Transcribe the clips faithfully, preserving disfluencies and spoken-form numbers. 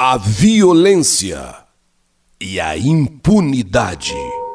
A violência e a impunidade.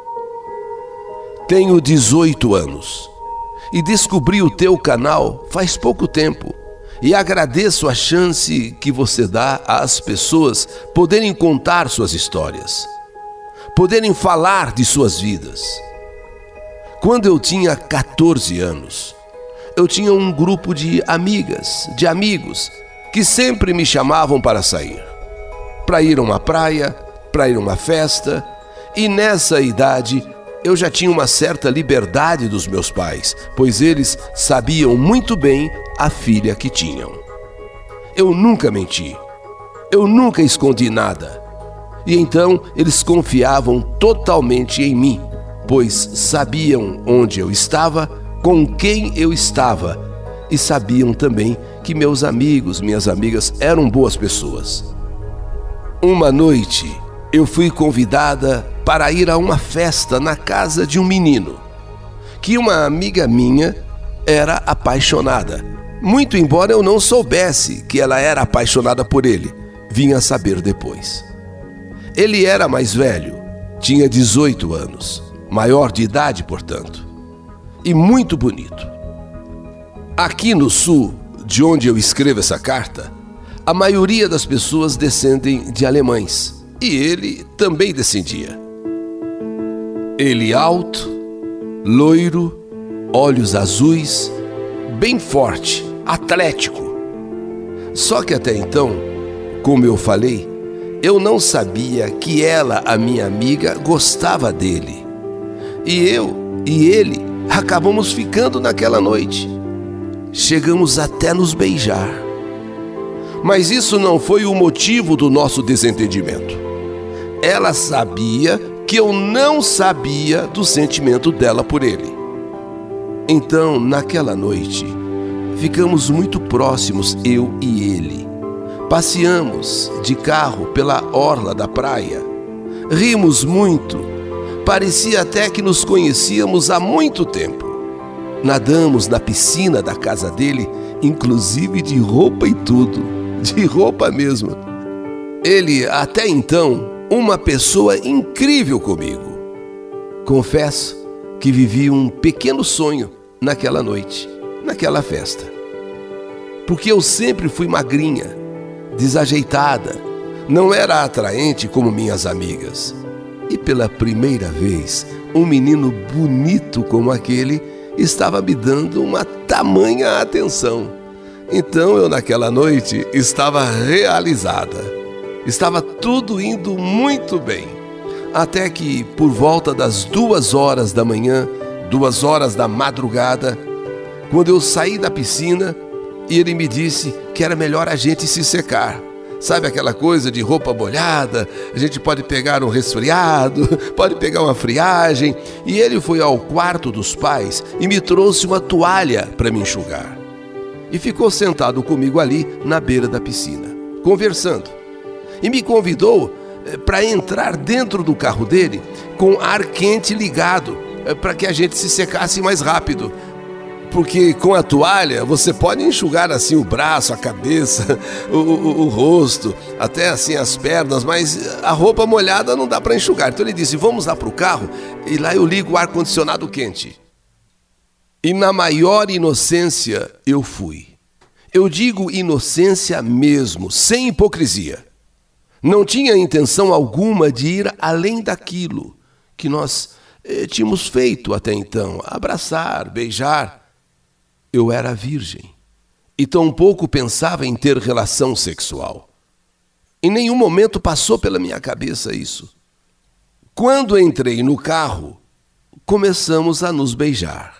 Tenho dezoito anos e descobri o teu canal faz pouco tempo e agradeço a chance que você dá às pessoas poderem contar suas histórias, poderem falar de suas vidas. Quando eu tinha quatorze anos, eu tinha um grupo de amigas, de amigos, que sempre me chamavam para sair, para ir a uma praia, para ir a uma festa, e nessa idade eu já tinha uma certa liberdade dos meus pais, pois eles sabiam muito bem a filha que tinham. Eu nunca menti, eu nunca escondi nada, e então eles confiavam totalmente em mim, pois sabiam onde eu estava, com quem eu estava, e sabiam também que meus amigos, minhas amigas eram boas pessoas. Uma noite, eu fui convidada para ir a uma festa na casa de um menino, que uma amiga minha era apaixonada. Muito embora eu não soubesse que ela era apaixonada por ele, vim a saber depois. Ele era mais velho, tinha dezoito anos, maior de idade, portanto, e muito bonito. Aqui no sul, de onde eu escrevo essa carta, a maioria das pessoas descendem de alemães, e ele também descendia. Ele alto, loiro, olhos azuis, bem forte, atlético. Só que até então, como eu falei, eu não sabia que ela, a minha amiga, gostava dele. E eu e ele acabamos ficando naquela noite. Chegamos até nos beijar. Mas isso não foi o motivo do nosso desentendimento. Ela sabia que eu não sabia do sentimento dela por ele. Então, naquela noite, ficamos muito próximos, eu e ele. Passeamos de carro pela orla da praia. Rimos muito. Parecia até que nos conhecíamos há muito tempo. Nadamos na piscina da casa dele, inclusive de roupa e tudo. De roupa mesmo. Ele, até então, uma pessoa incrível comigo. Confesso que vivi um pequeno sonho naquela noite, naquela festa. Porque eu sempre fui magrinha, desajeitada, não era atraente como minhas amigas. E pela primeira vez, um menino bonito como aquele estava me dando uma tamanha atenção. Então eu naquela noite estava realizada. Estava tudo indo muito bem. Até que por volta das duas horas da manhã, duas horas da madrugada, quando eu saí da piscina e ele me disse que era melhor a gente se secar. Sabe aquela coisa de roupa molhada, a gente pode pegar um resfriado, pode pegar uma friagem. E ele foi ao quarto dos pais e me trouxe uma toalha para me enxugar. E ficou sentado comigo ali na beira da piscina, conversando. E me convidou para entrar dentro do carro dele com ar quente ligado, para que a gente se secasse mais rápido. Porque com a toalha você pode enxugar assim o braço, a cabeça, o, o, o rosto, até assim as pernas, mas a roupa molhada não dá para enxugar. Então ele disse, vamos lá para o carro e lá eu ligo o ar-condicionado quente. E na maior inocência eu fui. Eu digo inocência mesmo, sem hipocrisia. Não tinha intenção alguma de ir além daquilo que nós eh, tínhamos feito até então, abraçar, beijar. Eu era virgem e tampouco pensava em ter relação sexual. Em nenhum momento passou pela minha cabeça isso. Quando entrei no carro, começamos a nos beijar.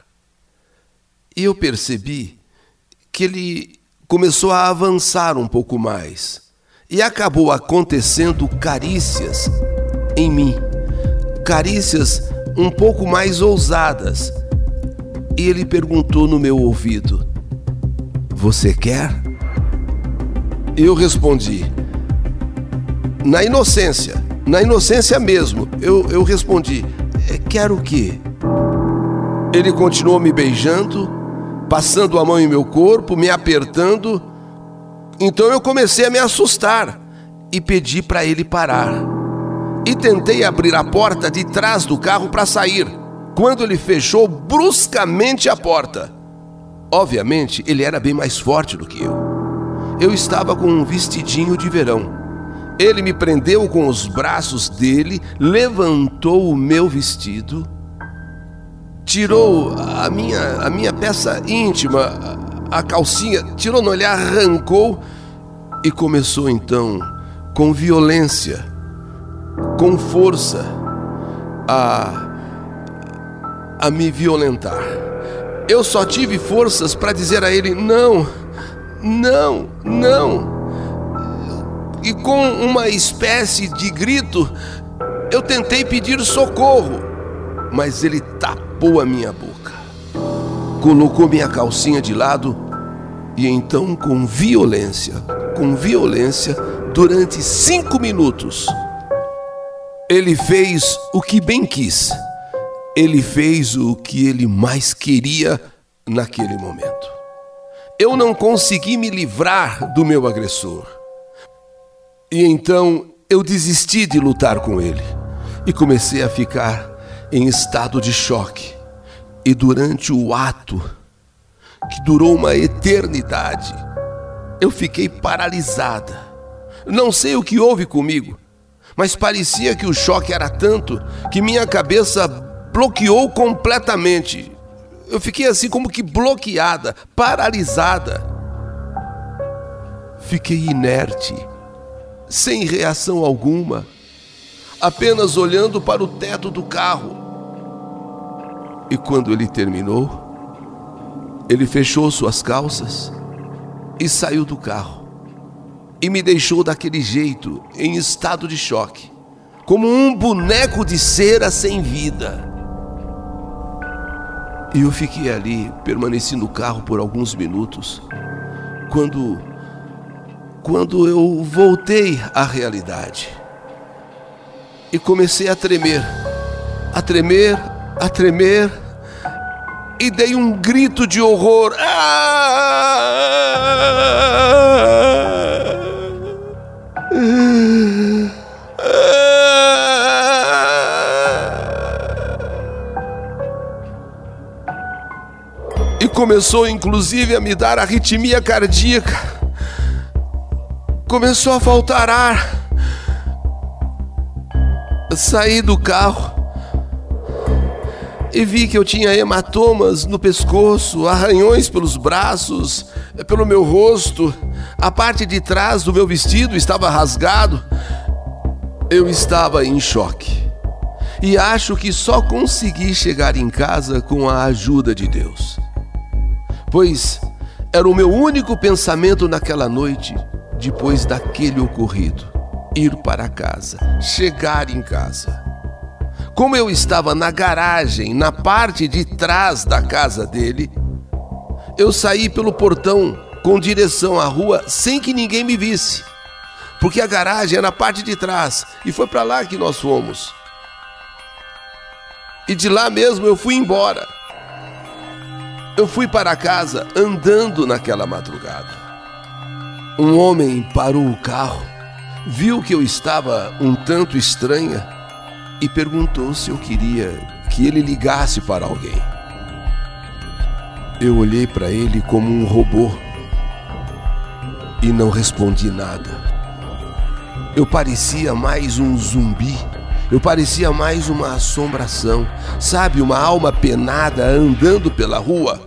E eu percebi que ele começou a avançar um pouco mais e acabou acontecendo carícias em mim, carícias um pouco mais ousadas. E ele perguntou no meu ouvido, você quer? Eu respondi, na inocência, na inocência mesmo, eu, eu respondi, quero o quê? Ele continuou me beijando, passando a mão em meu corpo, me apertando. Então eu comecei a me assustar. e pedi para ele parar. E tentei abrir a porta de trás do carro para sair, quando ele fechou bruscamente a porta. Obviamente, ele era bem mais forte do que eu. Eu estava com um vestidinho de verão. Ele me prendeu com os braços dele, levantou o meu vestido, tirou a minha, a minha peça íntima, a calcinha, tirou no olhar, arrancou e começou então, com violência, com força, a, a me violentar. Eu só tive forças para dizer a ele: não, não, não. E com uma espécie de grito, eu tentei pedir socorro, mas ele tapou a minha boca, colocou minha calcinha de lado e então, com violência, com violência, durante cinco minutos, ele fez o que bem quis. Ele fez o que ele mais queria naquele momento. Eu não consegui me livrar do meu agressor. E então eu desisti de lutar com ele e comecei a ficar em estado de choque. E durante o ato, que durou uma eternidade, eu fiquei paralisada. Não sei o que houve comigo, mas parecia que o choque era tanto que minha cabeça bloqueou completamente. Eu fiquei assim como que bloqueada, paralisada. Fiquei inerte, sem reação alguma, apenas olhando para o teto do carro. E quando ele terminou, ele fechou suas calças e saiu do carro. E me deixou daquele jeito, em estado de choque, como um boneco de cera sem vida. E eu fiquei ali, permaneci no carro por alguns minutos, quando, quando eu voltei à realidade. E comecei a tremer, a tremer, a tremer, e dei um grito de horror. E começou inclusive a me dar arritmia cardíaca. Começou a faltar ar. Saí do carro e vi que eu tinha hematomas no pescoço, arranhões pelos braços, pelo meu rosto. A parte de trás do meu vestido estava rasgado. Eu estava em choque. E acho que só consegui chegar em casa com a ajuda de Deus. Pois era o meu único pensamento naquela noite, depois daquele ocorrido: ir para casa, chegar em casa. Como eu estava na garagem, na parte de trás da casa dele, eu saí pelo portão com direção à rua sem que ninguém me visse, porque a garagem é na parte de trás e foi para lá que nós fomos. E de lá mesmo eu fui embora. Eu fui para casa andando naquela madrugada. Um homem parou o carro, viu que eu estava um tanto estranha e perguntou se eu queria que ele ligasse para alguém. Eu olhei para ele como um robô e não respondi nada. Eu parecia mais um zumbi, eu parecia mais uma assombração, sabe, uma alma penada andando pela rua.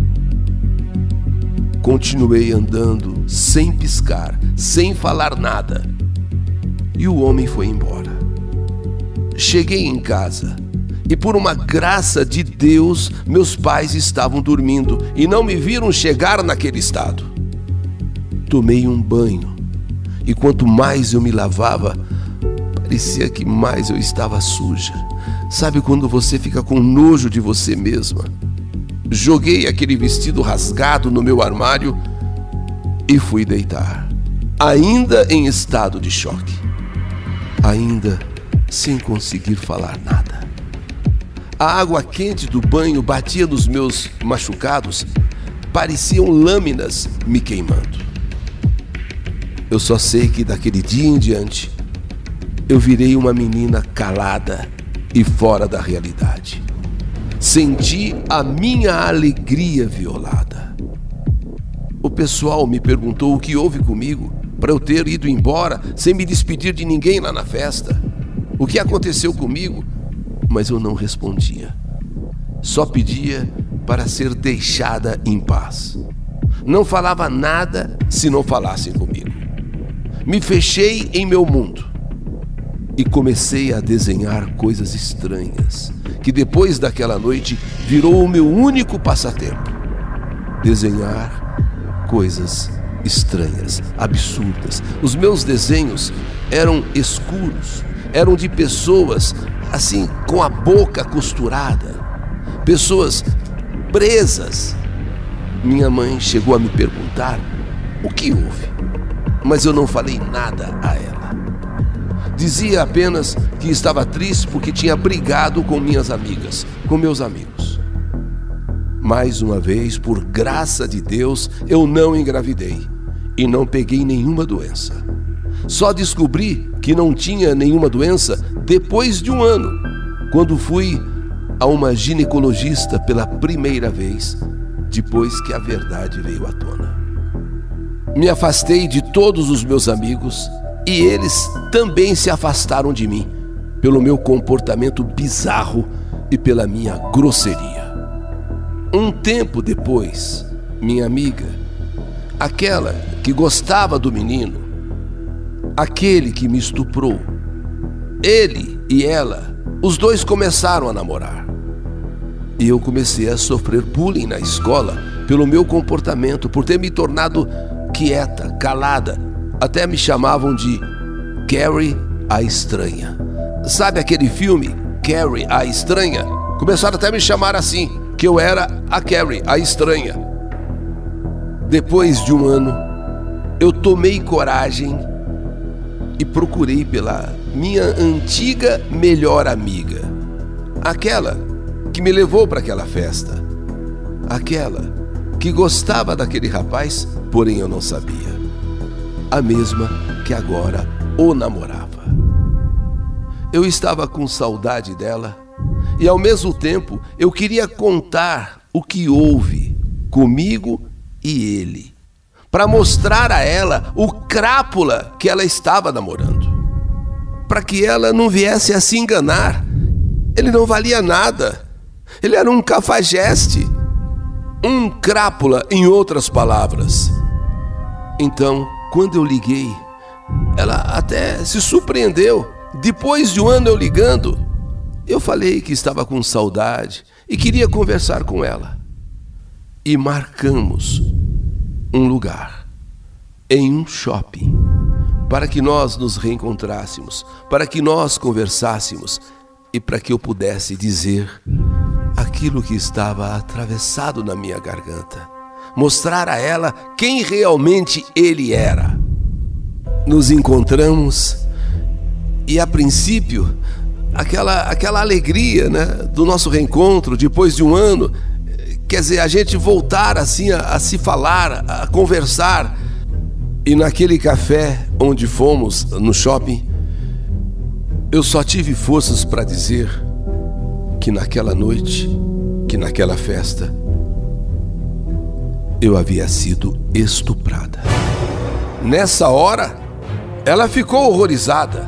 Continuei andando sem piscar, sem falar nada, e o homem foi embora. Cheguei em casa e, por uma graça de Deus, meus pais estavam dormindo e não me viram chegar naquele estado. Tomei um banho e quanto mais eu me lavava, parecia que mais eu estava suja. Sabe quando você fica com nojo de você mesma? Joguei aquele vestido rasgado no meu armário e fui deitar, ainda em estado de choque, ainda sem conseguir falar nada. A água quente do banho batia nos meus machucados, pareciam lâminas me queimando. Eu só sei que daquele dia em diante eu virei uma menina calada e fora da realidade. Senti a minha alegria violada. O pessoal me perguntou o que houve comigo para eu ter ido embora sem me despedir de ninguém lá na festa. O que aconteceu comigo? Mas eu não respondia. Só pedia para ser deixada em paz. Não falava nada se não falassem comigo. Me fechei em meu mundo e comecei a desenhar coisas estranhas, que depois daquela noite virou o meu único passatempo. Desenhar coisas estranhas, absurdas. Os meus desenhos eram escuros, eram de pessoas assim com a boca costurada, pessoas presas. Minha mãe chegou a me perguntar o que houve, mas eu não falei nada a ela. Dizia apenas que estava triste porque tinha brigado com minhas amigas, com meus amigos. Mais uma vez, por graça de Deus, eu não engravidei e não peguei nenhuma doença. Só descobri que não tinha nenhuma doença depois de um ano, quando fui a uma ginecologista pela primeira vez, depois que a verdade veio à tona. Me afastei de todos os meus amigos e eles também se afastaram de mim pelo meu comportamento bizarro e pela minha grosseria. Um tempo depois, minha amiga, aquela que gostava do menino, aquele que me estuprou, ele e ela, os dois começaram a namorar. E eu comecei a sofrer bullying na escola pelo meu comportamento, por ter me tornado quieta, calada. Até me chamavam de Carrie a Estranha. Sabe aquele filme, Carrie a Estranha? Começaram até a me chamar assim, que eu era a Carrie a Estranha. Depois de um ano, eu tomei coragem e procurei pela minha antiga melhor amiga, aquela que me levou para aquela festa, aquela que gostava daquele rapaz, porém eu não sabia, a mesma que agora o namorava. Eu estava com saudade dela e ao mesmo tempo eu queria contar o que houve comigo e ele, para mostrar a ela o crápula que ela estava namorando, para que ela não viesse a se enganar. Ele não valia nada, ele era um cafajeste, um crápula, em outras palavras. Então, quando eu liguei, ela até se surpreendeu. Depois de um ano eu ligando, eu falei que estava com saudade e queria conversar com ela. E marcamos um lugar, em um shopping, para que nós nos reencontrássemos, para que nós conversássemos e para que eu pudesse dizer aquilo que estava atravessado na minha garganta, mostrar a ela quem realmente ele era. Nos encontramos e, a princípio, aquela, aquela alegria, né, do nosso reencontro depois de um ano, quer dizer, a gente voltar assim a, a se falar, a conversar. E naquele café onde fomos, no shopping, eu só tive forças para dizer que naquela noite, que naquela festa, eu havia sido estuprada. Nessa hora, ela ficou horrorizada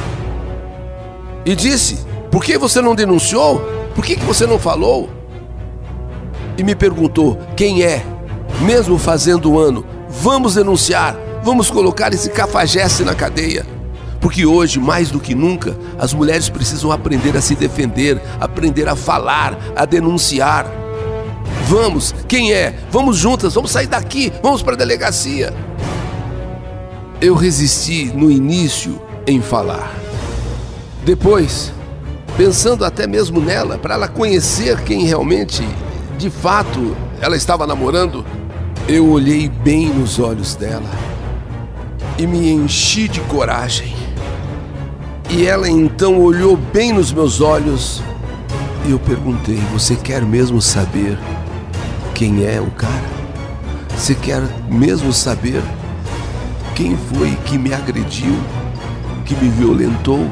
e disse: por que você não denunciou? Por que você não falou? E me perguntou: quem é? Mesmo fazendo um ano, vamos denunciar, vamos colocar esse cafajeste na cadeia. Porque hoje, mais do que nunca, as mulheres precisam aprender a se defender, aprender a falar, a denunciar. Vamos, quem é? Vamos juntas, vamos sair daqui, vamos para a delegacia. Eu resisti no início em falar. Depois, pensando até mesmo nela, para ela conhecer quem realmente, de fato, ela estava namorando, eu olhei bem nos olhos dela e me enchi de coragem. E ela então olhou bem nos meus olhos e eu perguntei: você quer mesmo saber quem é o cara? Você quer mesmo saber quem foi que me agrediu, que me violentou?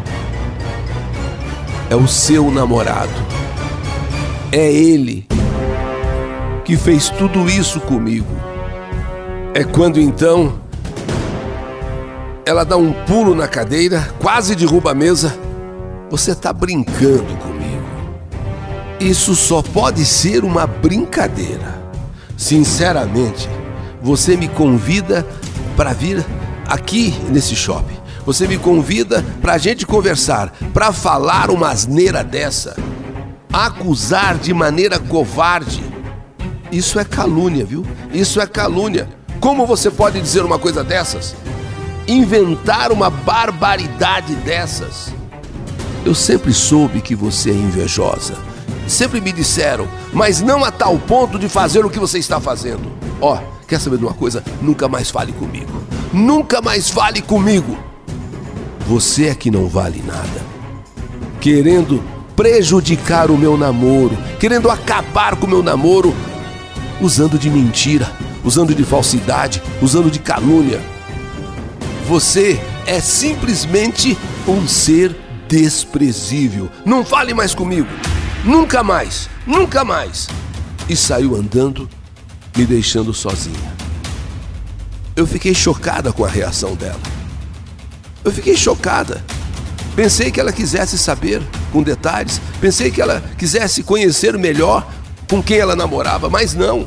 É o seu namorado. É ele que fez tudo isso comigo. É quando então ela dá um pulo na cadeira, quase derruba a mesa. Você tá brincando comigo. Isso só pode ser uma brincadeira. Sinceramente, você me convida para vir aqui nesse shopping. Você me convida para a gente conversar, para falar uma asneira dessa. Acusar de maneira covarde. Isso é calúnia, viu? Isso é calúnia. Como você pode dizer uma coisa dessas? Inventar uma barbaridade dessas? Eu sempre soube que você é invejosa. Sempre me disseram, mas não a tal ponto de fazer o que você está fazendo. Ó, oh, quer saber de uma coisa? Nunca mais fale comigo. Nunca mais fale comigo. Você é que não vale nada. Querendo prejudicar o meu namoro, querendo acabar com o meu namoro, usando de mentira, usando de falsidade, usando de calúnia. Você é simplesmente um ser desprezível. Não fale mais comigo. Nunca mais, nunca mais. E saiu andando, me deixando sozinha. Eu fiquei chocada com a reação dela. Eu fiquei chocada. Pensei que ela quisesse saber com detalhes. Pensei que ela quisesse conhecer melhor com quem ela namorava, mas não.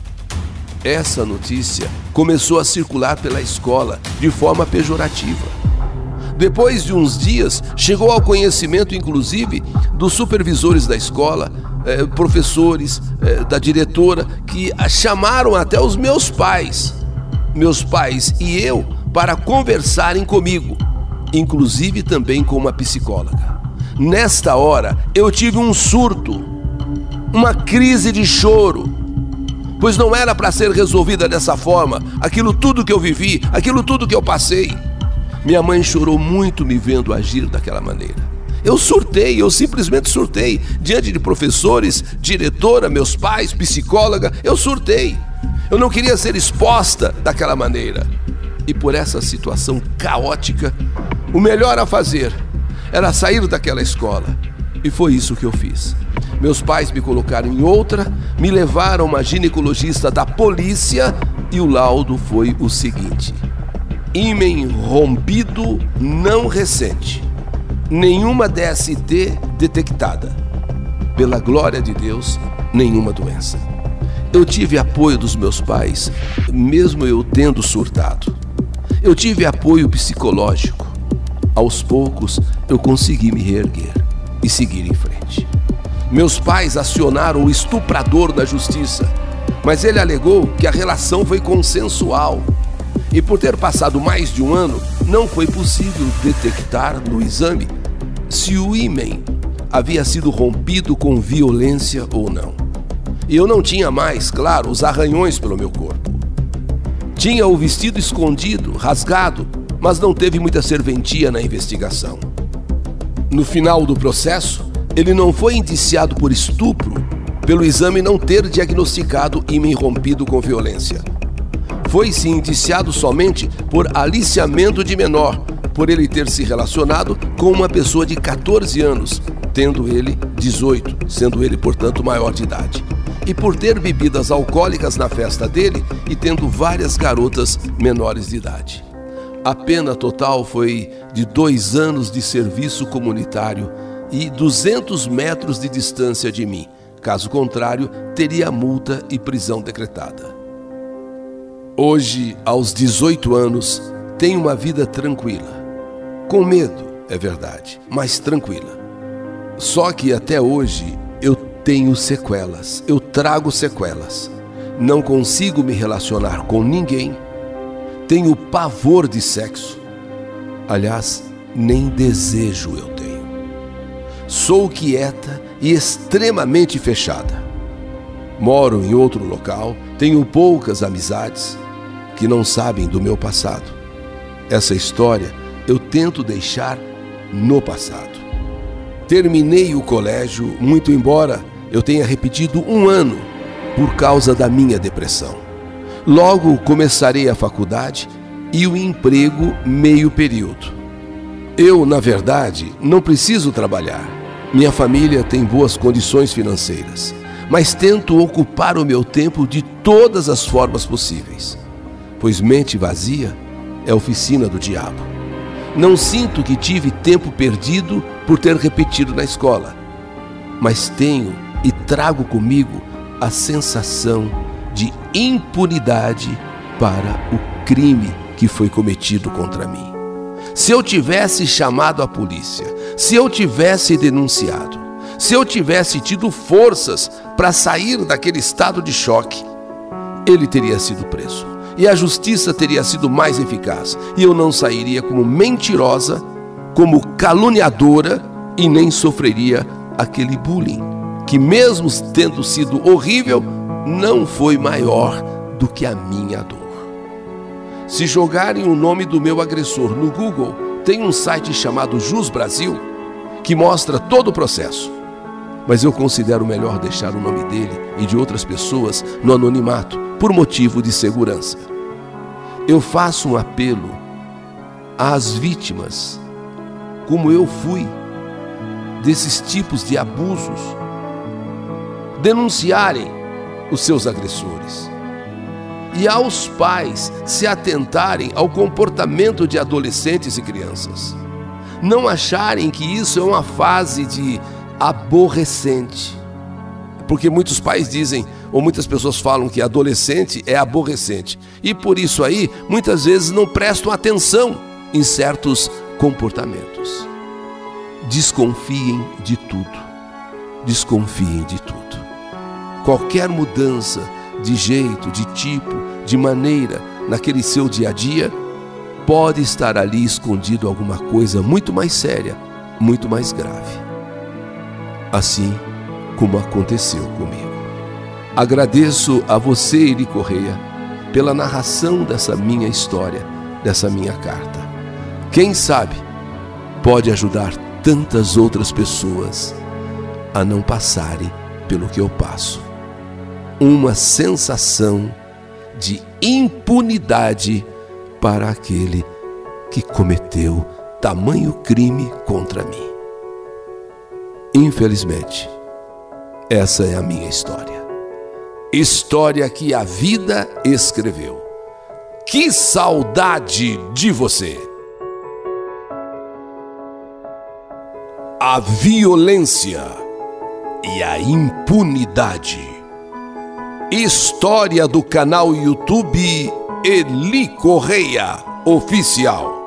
Essa notícia começou a circular pela escola de forma pejorativa. Depois de uns dias, chegou ao conhecimento, inclusive, dos supervisores da escola, eh, professores, eh, da diretora, que chamaram até os meus pais, meus pais e eu, para conversarem comigo, inclusive também com uma psicóloga. Nesta hora, eu tive um surto, uma crise de choro, pois não era para ser resolvida dessa forma, aquilo tudo que eu vivi, aquilo tudo que eu passei. Minha mãe chorou muito me vendo agir daquela maneira. Eu surtei, eu simplesmente surtei. Diante de professores, diretora, meus pais, psicóloga, eu surtei. Eu não queria ser exposta daquela maneira. E por essa situação caótica, o melhor a fazer era sair daquela escola. E foi isso que eu fiz. Meus pais me colocaram em outra, me levaram a uma ginecologista da polícia e o laudo foi o seguinte: ímen rompido não recente, nenhuma D S T detectada. Pela glória de Deus, nenhuma doença. Eu tive apoio dos meus pais, mesmo eu tendo surtado. Eu tive apoio psicológico. Aos poucos, eu consegui me reerguer e seguir em frente. Meus pais acionaram o estuprador na justiça, mas ele alegou que a relação foi consensual. E por ter passado mais de um ano, não foi possível detectar no exame se o ímen havia sido rompido com violência ou não. E eu não tinha mais, claro, os arranhões pelo meu corpo. Tinha o vestido escondido, rasgado, mas não teve muita serventia na investigação. No final do processo, ele não foi indiciado por estupro, pelo exame não ter diagnosticado ímen rompido com violência. Foi-se indiciado somente por aliciamento de menor, por ele ter se relacionado com uma pessoa de catorze anos, tendo ele dezoito, sendo ele, portanto, maior de idade. E por ter bebidas alcoólicas na festa dele e tendo várias garotas menores de idade. A pena total foi de dois anos de serviço comunitário e duzentos metros de distância de mim. Caso contrário, teria multa e prisão decretada. Hoje, aos dezoito anos, tenho uma vida tranquila. Com medo, é verdade, mas tranquila. Só que até hoje eu tenho sequelas, eu trago sequelas. Não consigo me relacionar com ninguém. Tenho pavor de sexo. Aliás, nem desejo eu tenho. Sou quieta e extremamente fechada. Moro em outro local, tenho poucas amizades que não sabem do meu passado. Essa história eu tento deixar no passado. Terminei o colégio, muito embora eu tenha repetido um ano por causa da minha depressão. Logo começarei a faculdade e o emprego meio período. Eu, na verdade, não preciso trabalhar. Minha família tem boas condições financeiras, mas tento ocupar o meu tempo de todas as formas possíveis, pois mente vazia é oficina do diabo. Não sinto que tive tempo perdido por ter repetido na escola, mas tenho e trago comigo a sensação de impunidade para o crime que foi cometido contra mim. Se eu tivesse chamado a polícia, se eu tivesse denunciado, se eu tivesse tido forças para sair daquele estado de choque, ele teria sido preso e a justiça teria sido mais eficaz e eu não sairia como mentirosa, como caluniadora e nem sofreria aquele bullying, que mesmo tendo sido horrível, não foi maior do que a minha dor. Se jogarem o nome do meu agressor no Google, tem um site chamado Jus Brasil que mostra todo o processo. Mas eu considero melhor deixar o nome dele e de outras pessoas no anonimato, por motivo de segurança. Eu faço um apelo às vítimas, como eu fui, desses tipos de abusos, denunciarem os seus agressores. E aos pais se atentarem ao comportamento de adolescentes e crianças. Não acharem que isso é uma fase de aborrecente. Porque muitos pais dizem, ou muitas pessoas falam que adolescente é aborrecente. E por isso aí, muitas vezes não prestam atenção em certos comportamentos. Desconfiem de tudo. Desconfiem de tudo. Qualquer mudança de jeito, de tipo, de maneira, naquele seu dia a dia, pode estar ali escondido alguma coisa muito mais séria, muito mais grave. Assim como aconteceu comigo. Agradeço a você, Eri Correia, pela narração dessa minha história, dessa minha carta. Quem sabe pode ajudar tantas outras pessoas a não passarem pelo que eu passo. Uma sensação de impunidade para aquele que cometeu tamanho crime contra mim. Infelizmente, essa é a minha história. História que a vida escreveu. Que saudade de você! A violência e a impunidade. História do canal YouTube Eri Correia Oficial.